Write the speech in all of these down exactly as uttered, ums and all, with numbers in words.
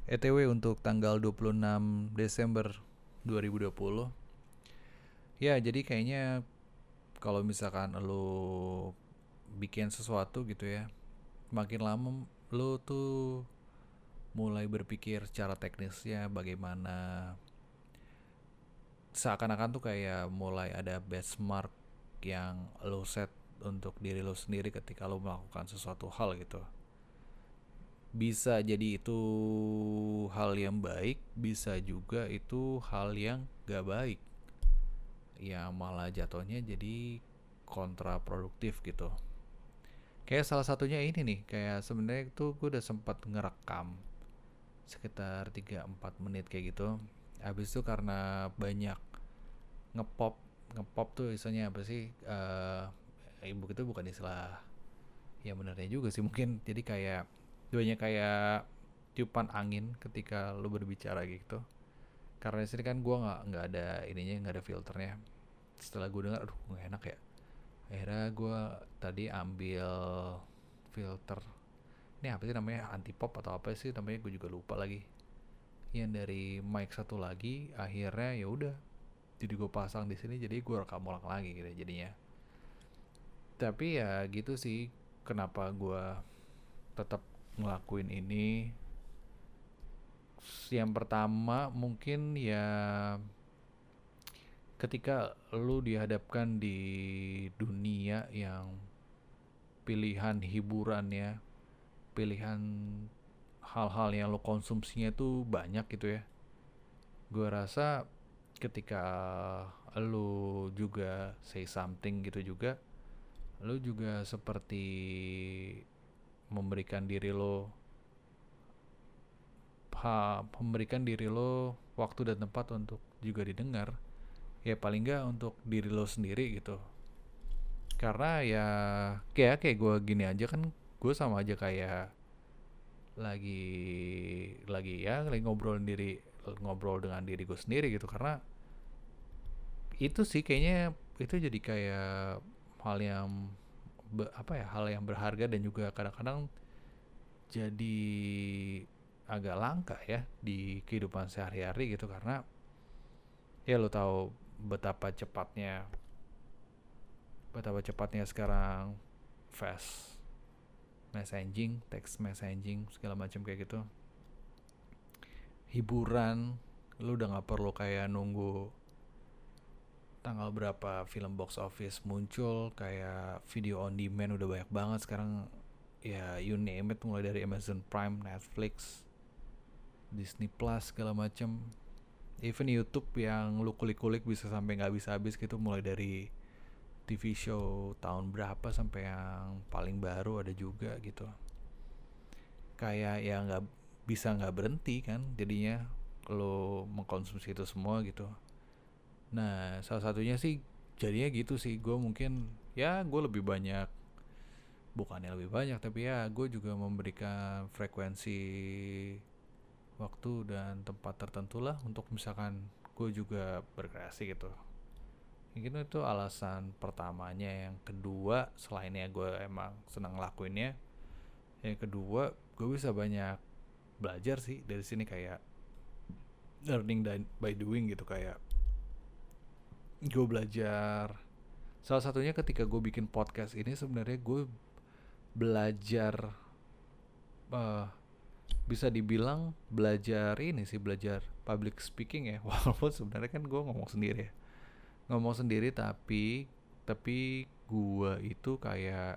E T W untuk tanggal dua puluh enam Desember dua ribu dua puluh. Ya, jadi kayaknya kalau misalkan lo bikin sesuatu gitu ya, makin lama lo tuh mulai berpikir secara teknisnya bagaimana, seakan-akan tuh kayak mulai ada benchmark yang lo set untuk diri lo sendiri ketika lo melakukan sesuatu hal gitu. Bisa jadi itu hal yang baik, bisa juga itu hal yang gak baik, ya malah jatuhnya jadi kontraproduktif gitu. Kayak salah satunya ini nih, kayak sebenarnya tuh gue udah sempat ngerekam sekitar tiga empat menit kayak gitu. Habis itu karena banyak ngepop, ngepop tuh istilahnya apa sih? Eh ibu itu bukan istilah ya benernya juga sih mungkin. Jadi kayak banyak kayak tiupan angin ketika lu berbicara gitu. Karena di sini kan gue nggak nggak ada ininya, nggak ada filternya. Setelah gue dengar, aduh nggak enak ya. Akhirnya gue tadi ambil filter, ini apa sih namanya, anti pop atau apa sih namanya, gue juga lupa lagi, yang dari mic satu lagi. Akhirnya ya udah, jadi gue pasang di sini, jadi gue rekam ulang lagi gitu jadinya. Tapi ya gitu sih, kenapa gue tetap ngelakuin ini. Yang pertama mungkin ya, ketika lu dihadapkan di dunia yang pilihan hiburannya, pilihan hal-hal yang lo konsumsinya tuh banyak gitu ya. Gue rasa ketika lo juga say something gitu juga, lo juga seperti memberikan diri lo ha, memberikan diri lo waktu dan tempat untuk juga didengar. Ya paling nggak untuk diri lo sendiri gitu. Karena ya kayak kayak gue gini aja kan, gue sama aja kayak lagi lagi ya lagi ngobrol diri ngobrol dengan diri gue sendiri gitu. Karena itu sih kayaknya itu jadi kayak hal yang be, apa ya hal yang berharga, dan juga kadang-kadang jadi agak langka ya di kehidupan sehari-hari gitu. Karena ya lo tahu betapa cepatnya betapa cepatnya sekarang fast messaging, text messaging segala macam kayak gitu. Hiburan, lu udah nggak perlu kayak nunggu tanggal berapa film box office muncul, kayak video on demand udah banyak banget sekarang. Ya you name it, mulai dari Amazon Prime, Netflix, Disney Plus segala macem, even YouTube yang lu kulik-kulik bisa sampai nggak bisa habis gitu, mulai dari T V show tahun berapa sampai yang paling baru ada juga gitu. Kayak ya nggak bisa nggak berhenti kan jadinya lo mengkonsumsi itu semua gitu. Nah salah satunya sih jadinya gitu sih, gue mungkin ya gue lebih banyak, bukannya lebih banyak tapi ya gue juga memberikan frekuensi waktu dan tempat tertentu lah untuk misalkan gue juga berkreasi gitu. Mungkin itu alasan pertamanya. Yang kedua, selainnya gue emang senang ngelakuinnya, yang kedua gue bisa banyak belajar sih dari sini, kayak learning by doing gitu. Kayak gue belajar, salah satunya ketika gue bikin podcast ini sebenarnya gue belajar, uh, bisa dibilang belajar ini sih, belajar public speaking ya. Walaupun sebenarnya kan gue ngomong sendiri ya, ngomong sendiri tapi tapi gue itu kayak,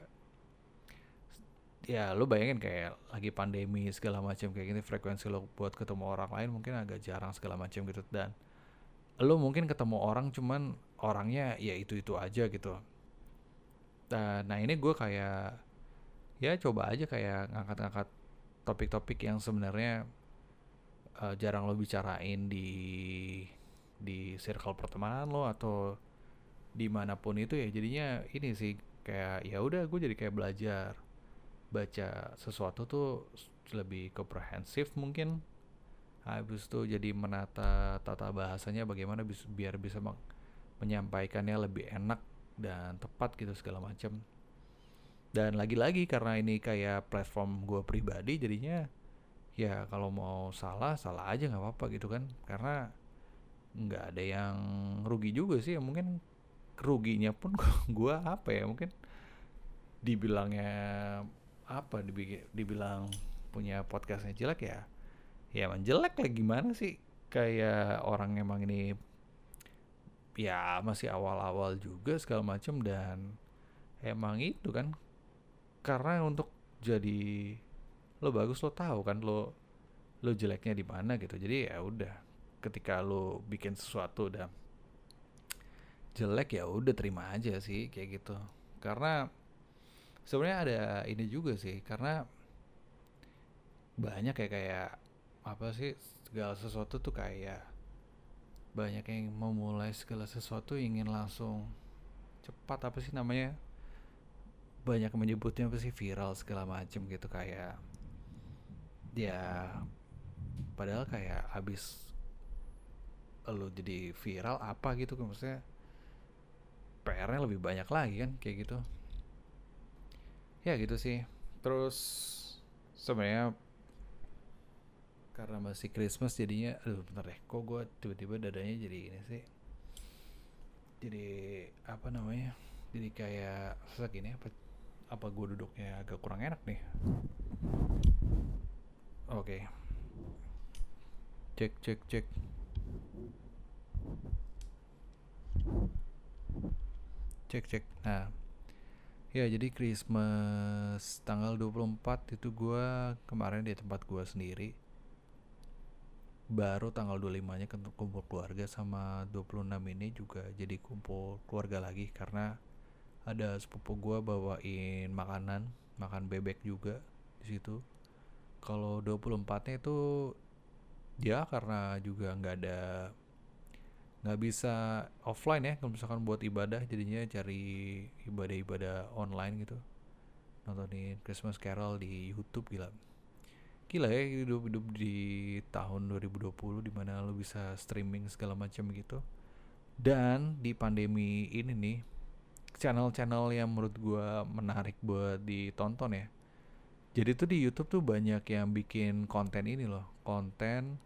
ya lo bayangin kayak lagi pandemi segala macam kayak gini, frekuensi lo buat ketemu orang lain mungkin agak jarang segala macam gitu. Dan lo mungkin ketemu orang cuman orangnya ya itu itu aja gitu. Nah, nah ini gue kayak ya coba aja kayak ngangkat-ngangkat topik-topik yang sebenarnya uh, jarang lo bicarain di di circle pertemanan lo atau dimanapun itu ya. Jadinya ini sih kayak ya udah gue jadi kayak belajar baca sesuatu tuh lebih komprehensif mungkin. Habis itu jadi menata tata bahasanya bagaimana bis, biar bisa menyampaikannya lebih enak dan tepat gitu segala macam. Dan lagi-lagi karena ini kayak platform gue pribadi, jadinya ya kalau mau salah salah aja nggak apa-apa gitu kan, karena nggak ada yang rugi juga sih ya. Mungkin ruginya pun gua apa ya, mungkin dibilangnya apa, dibilang punya podcastnya jelek ya, ya emang jelek lah, gimana sih, kayak orang emang ini ya masih awal-awal juga segala macem. Dan emang itu kan, karena untuk jadi lo bagus lo tahu kan lo lo jeleknya di mana gitu. Jadi ya udah, ketika lo bikin sesuatu udah jelek ya udah terima aja sih kayak gitu. Karena sebenarnya ada ini juga sih, karena banyak kayak kayak apa sih, segala sesuatu tuh kayak banyak yang memulai segala sesuatu ingin langsung cepat, apa sih namanya, banyak menyebutnya apa sih, viral segala macem gitu. Kayak ya padahal kayak abis lo jadi viral apa gitu kan, maksudnya P R-nya lebih banyak lagi kan kayak gitu. Ya gitu sih. Terus sebenarnya karena masih Christmas jadinya, aduh bentar deh, kok gue tiba-tiba dadanya jadi ini sih, jadi apa namanya, jadi kayak sesak gini. Apa apa gue duduknya agak kurang enak nih. Oke, okay. Cek cek cek. Cek cek. Nah, ya jadi Christmas tanggal dua puluh empat itu gue kemarin di tempat gue sendiri. Baru tanggal dua puluh limanya kumpul keluarga, sama dua puluh enam ini juga jadi kumpul keluarga lagi, karena ada sepupu gue bawain makanan, makan bebek juga di situ. Kalau dua puluh empatnya itu dia karena juga nggak ada, nggak bisa offline ya kalau misalkan buat ibadah, jadinya cari ibadah-ibadah online gitu, nontonin Christmas Carol di YouTube. Gila gila ya, hidup-hidup di tahun dua ribu dua puluh dimana lo bisa streaming segala macam gitu. Dan di pandemi ini nih, channel-channel yang menurut gue menarik buat ditonton ya, jadi tuh di YouTube tuh banyak yang bikin konten ini loh, konten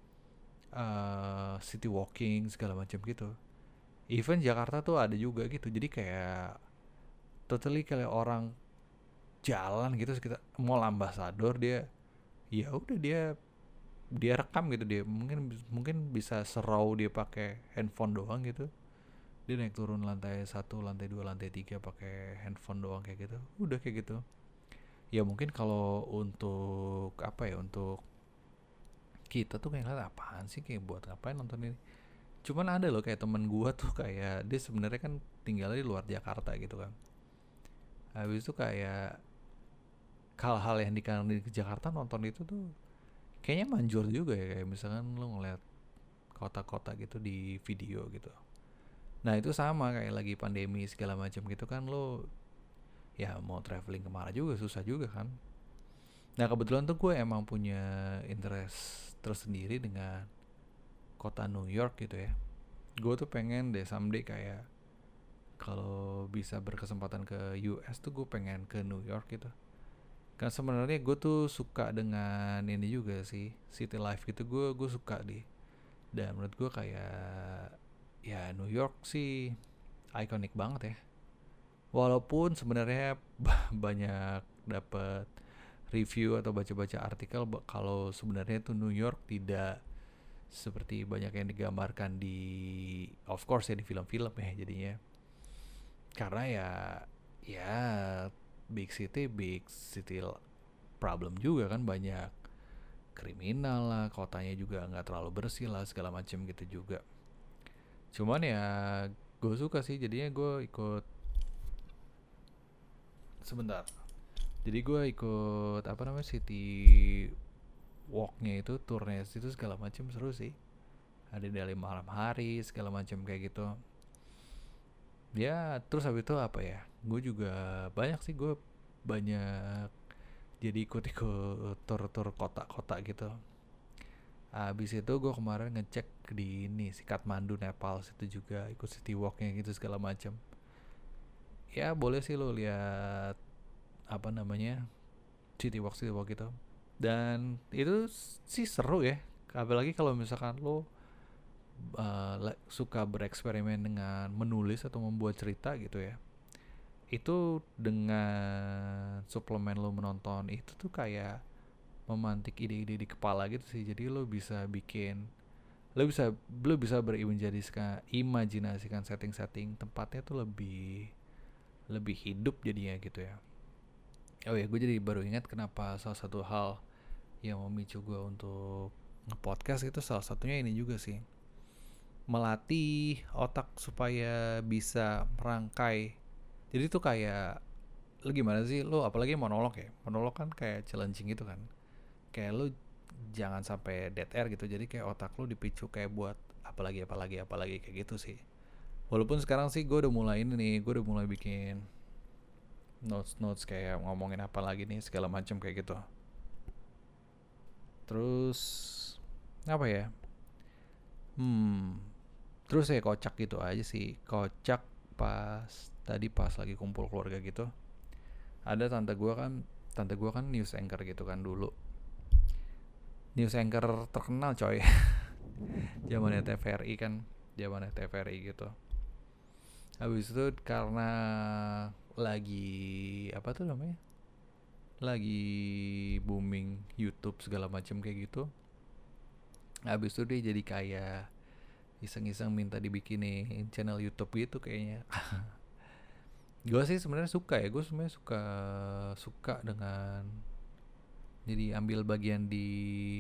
uh, city walking segala macam gitu. Even Jakarta tuh ada juga gitu, jadi kayak totally kayak orang jalan gitu sekitar Mall Ambassador, dia ya udah dia dia rekam gitu. Dia mungkin mungkin bisa serau dia pakai handphone doang gitu, dia naik turun lantai satu, lantai dua, lantai tiga pakai handphone doang kayak gitu, udah kayak gitu. Ya mungkin kalau untuk apa ya, untuk kita tuh kayak ngeliat apaan sih, kayak buat ngapain nonton ini. Cuman ada loh kayak temen gua tuh, kayak dia sebenarnya kan tinggalnya di luar Jakarta gitu kan. Habis itu kayak hal-hal yang dikangenin di Jakarta, nonton itu tuh kayaknya manjur juga ya. Kayak misalkan lo ngeliat kota-kota gitu di video gitu. Nah itu sama kayak lagi pandemi segala macam gitu kan, lo ya mau traveling kemana juga susah juga kan. Nah kebetulan tuh gue emang punya interest tersendiri dengan kota New York gitu ya. Gue tuh pengen deh someday kayak kalau bisa berkesempatan ke U S tuh gue pengen ke New York gitu. Kan sebenarnya gue tuh suka dengan ini juga sih, city life gitu, gue gue suka di. Dan menurut gue kayak ya New York sih ikonik banget ya. Walaupun sebenarnya banyak dapat review atau baca-baca artikel kalau sebenarnya tuh New York tidak seperti banyak yang digambarkan di, of course ya, di film-film ya jadinya. Karena ya ya big city, big city problem juga kan, banyak kriminal lah, kotanya juga nggak terlalu bersih lah segala macam gitu juga. Cuman ya gue suka sih, jadinya gue ikut sebentar. Jadi gue ikut apa namanya, city walknya itu, tournya itu segala macam, seru sih. Ada dari malam hari segala macam kayak gitu. Ya terus habis itu apa ya, gue juga banyak sih, gue banyak jadi ikut-ikut tur-tur kota-kota gitu. Abis itu gue kemarin ngecek di ini si Kathmandu, Nepal, situ juga ikut city walknya gitu segala macam. Ya boleh sih lo lihat apa namanya, city walk city walk gitu. Dan itu sih seru ya, apalagi kalau misalkan lo uh, suka bereksperimen dengan menulis atau membuat cerita gitu ya. Itu dengan suplemen lo menonton itu tuh kayak memantik ide-ide di kepala gitu sih. Jadi lo bisa bikin, lo bisa lo bisa berimajinasikan imajinasikan setting-setting tempatnya tuh lebih lebih hidup jadinya gitu ya. Oh ya, gue jadi baru ingat kenapa salah satu hal yang memicu gue untuk nge-podcast itu salah satunya ini juga sih, melatih otak supaya bisa merangkai. Jadi tuh kayak, lu gimana sih, lu apalagi monolog ya, monolog kan kayak challenging gitu kan, kayak lu jangan sampai dead air gitu, jadi kayak otak lu dipicu kayak buat apalagi apalagi apalagi kayak gitu sih. Walaupun sekarang sih gue udah mulai ini nih, gue udah mulai bikin notes notes kayak ngomongin apa lagi nih segala macam kayak gitu. Terus apa ya, hmm terus ya kocak gitu aja sih, kocak pas tadi pas lagi kumpul keluarga gitu, ada tante gue kan tante gue kan news anchor gitu kan dulu, news anchor terkenal coy. Zamannya T V R I kan, zamannya T V R I gitu. Habis itu karena lagi apa tuh namanya, lagi booming YouTube segala macam kayak gitu. Habis itu dia jadi kayak iseng-iseng minta dibikinin channel YouTube gitu kayaknya. Gue sih sebenarnya suka ya, gue sebenarnya suka suka dengan jadi ambil bagian di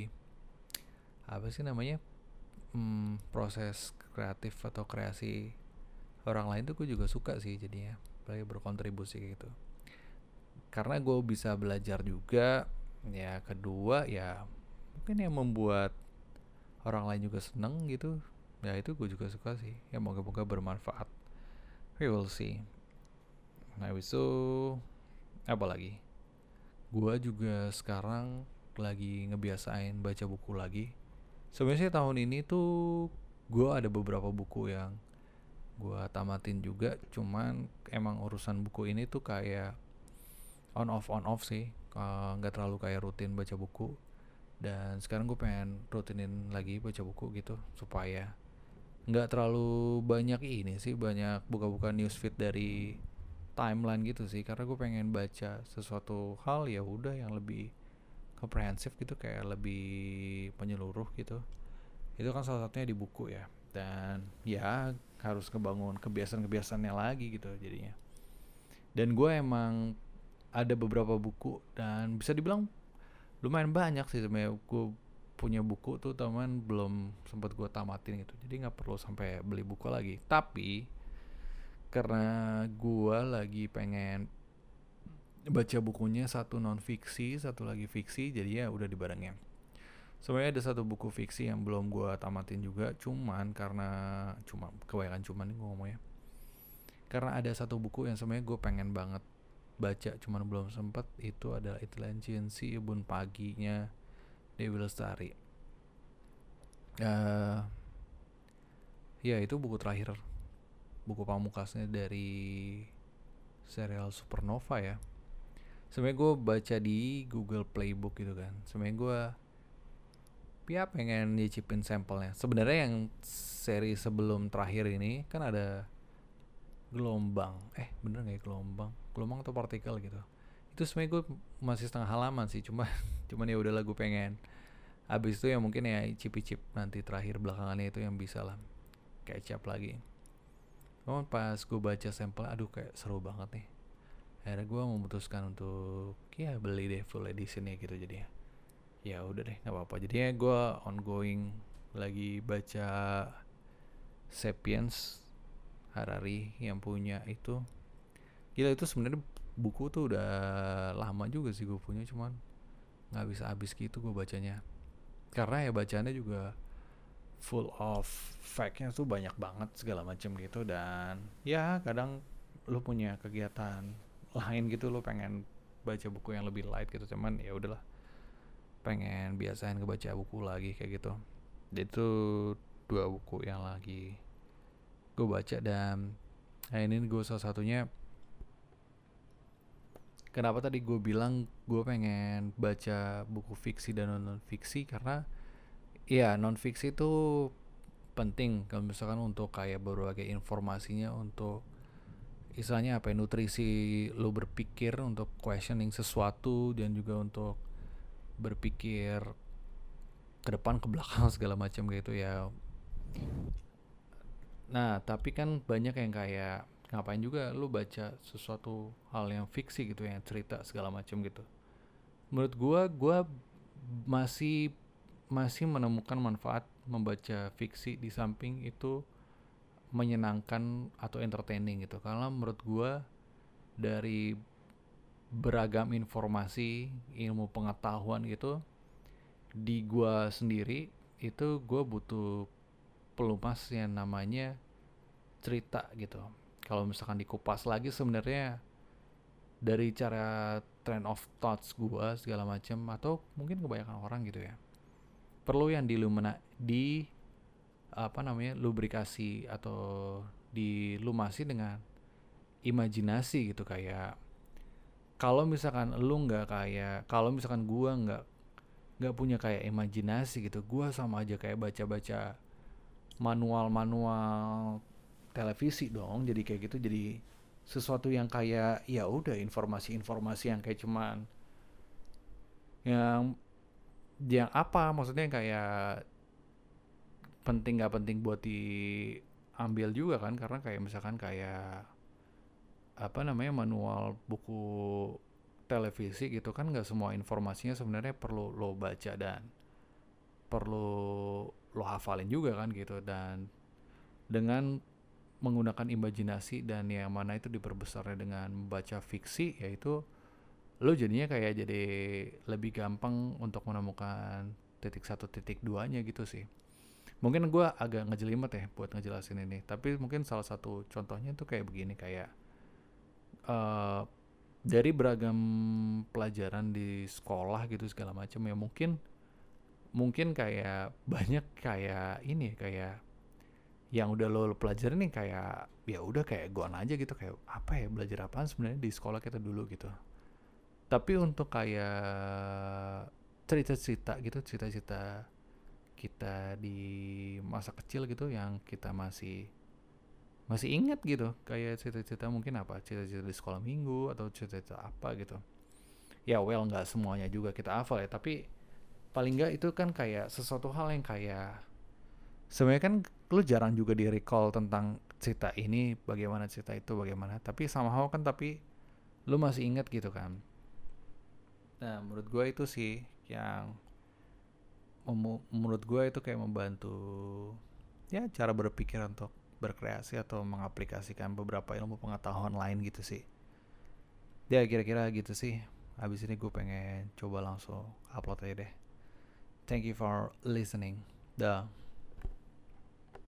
apa sih namanya, hmm, proses kreatif atau kreasi orang lain tuh gue juga suka sih jadinya, apalagi berkontribusi gitu. Karena gue bisa belajar juga, ya kedua ya mungkin yang membuat orang lain juga seneng gitu, ya itu gue juga suka sih. Ya moga-moga bermanfaat, we will see. Nah itu apa lagi, gue juga sekarang lagi ngebiasain baca buku lagi. Sebenarnya tahun ini tuh gue ada beberapa buku yang gue tamatin juga, cuman emang urusan buku ini tuh kayak on off on off sih, nggak uh, terlalu kayak rutin baca buku. Dan sekarang gue pengen rutinin lagi baca buku gitu supaya nggak terlalu banyak ini sih, banyak buka-buka newsfeed dari timeline gitu sih, karena gue pengen baca sesuatu hal ya udah yang lebih komprehensif gitu, kayak lebih menyeluruh gitu. Itu kan salah satunya di buku ya, dan ya harus ngebangun kebiasaan-kebiasaannya lagi gitu jadinya. Dan gue emang ada beberapa buku dan bisa dibilang lumayan banyak sih sebenarnya. Gue punya buku tuh teman belum sempat gue tamatin gitu, jadi nggak perlu sampai beli buku lagi. Tapi karena gue lagi pengen baca bukunya, satu non fiksi satu lagi fiksi, jadi ya udah dibarengin. Sebenarnya ada satu buku fiksi yang belum gue tamatin juga, cuman karena cuma kebanyakan cuman nih gue ngomongnya, karena ada satu buku yang sebenarnya gue pengen banget baca cuman belum sempet. Itu adalah Intelijensi Embun Paginya Dewi Lestari. Uh, ya itu buku terakhir, buku pamukasnya dari serial Supernova ya. Sebenarnya gue baca di Google Playbook gitu kan. Sebenarnya gue ya pengen nyicipin sampelnya. Sebenarnya yang seri sebelum terakhir ini kan ada Gelombang, eh bener nggak ya gelombang, gelombang atau partikel gitu. Itu sebenarnya gue masih setengah halaman sih, cuma cuman ya udahlah gue pengen. Abis itu ya mungkin ya icip-icip nanti terakhir belakangannya itu yang bisa lah kayak cap lagi. Oh pas gue baca sampel, aduh kayak seru banget nih. Akhirnya gue memutuskan untuk ya beli deh full editionnya gitu jadinya. Ya udah deh, nggak apa-apa. Jadinya gue ongoing lagi baca Sapiens Harari yang punya itu. Gila itu sebenarnya buku tuh udah lama juga sih gue punya, cuman nggak bisa habis gitu gue bacanya. Karena ya bacanya juga full of fact-nya tuh banyak banget segala macam gitu, dan ya kadang lu punya kegiatan lain gitu, lu pengen baca buku yang lebih light gitu, cuman ya udahlah pengen biasain ngebaca buku lagi kayak gitu. Jadi itu dua buku yang lagi gue baca, dan nah ini gue salah satunya kenapa tadi gue bilang gue pengen baca buku fiksi dan non fiksi, karena ya non fiksi itu penting kalau misalkan untuk kayak berbagai informasinya, untuk istilahnya apa ya, nutrisi lo berpikir untuk questioning sesuatu, dan juga untuk berpikir ke depan ke belakang segala macam gitu ya. Nah tapi kan banyak yang kayak ngapain juga lu baca sesuatu hal yang fiksi gitu, yang cerita segala macam gitu. Menurut gua gua masih masih menemukan manfaat membaca fiksi di samping itu menyenangkan atau entertaining gitu, karena menurut gua dari beragam informasi ilmu pengetahuan gitu di gua sendiri itu gua butuh pelumas yang namanya cerita gitu. Kalau misalkan dikupas lagi sebenarnya dari cara train of thoughts gua segala macam, atau mungkin kebanyakan orang gitu ya, perlu yang dilumina di apa namanya lubrikasi atau dilumasi dengan imajinasi gitu. Kayak kalau misalkan lu nggak kayak kalau misalkan gua nggak nggak punya kayak imajinasi gitu, gua sama aja kayak baca-baca manual-manual televisi dong. Jadi kayak gitu, jadi sesuatu yang kayak ya udah informasi-informasi yang kayak cuman yang yang apa maksudnya, kayak penting nggak penting buat diambil juga kan, karena kayak misalkan kayak apa namanya manual buku televisi gitu kan, nggak semua informasinya sebenarnya perlu lo baca dan perlu lo hafalin juga kan gitu. Dan dengan menggunakan imajinasi dan yang mana itu diperbesarnya dengan membaca fiksi, yaitu lo jadinya kayak jadi lebih gampang untuk menemukan titik satu titik duanya gitu sih. Mungkin gue agak ngejelimet ya buat ngejelasin ini, tapi mungkin salah satu contohnya tuh kayak begini. Kayak uh, dari beragam pelajaran di sekolah gitu segala macam ya, mungkin mungkin kayak banyak kayak ini, kayak yang udah lo pelajarin nih kayak ya udah kayak gone aja gitu, kayak apa ya, belajar apaan sebenarnya di sekolah kita dulu gitu. Tapi untuk kayak cerita-cerita gitu, cerita-cerita kita di masa kecil gitu yang kita masih masih ingat gitu, kayak cerita-cerita mungkin apa, cerita-cerita di sekolah minggu atau cerita-cerita apa gitu. Ya well, nggak semuanya juga kita hafal ya, tapi paling nggak itu kan kayak sesuatu hal yang kayak sebenarnya kan lu jarang juga di recall tentang cerita ini bagaimana, cerita itu bagaimana, tapi somehow kan tapi lu masih ingat gitu kan. Nah menurut gue itu sih yang menurut gue itu kayak membantu ya cara berpikir untuk berkreasi atau mengaplikasikan beberapa ilmu pengetahuan lain gitu sih. Ya kira-kira gitu sih. Habis ini gue pengen coba langsung upload aja deh. Thank you for listening. Dah.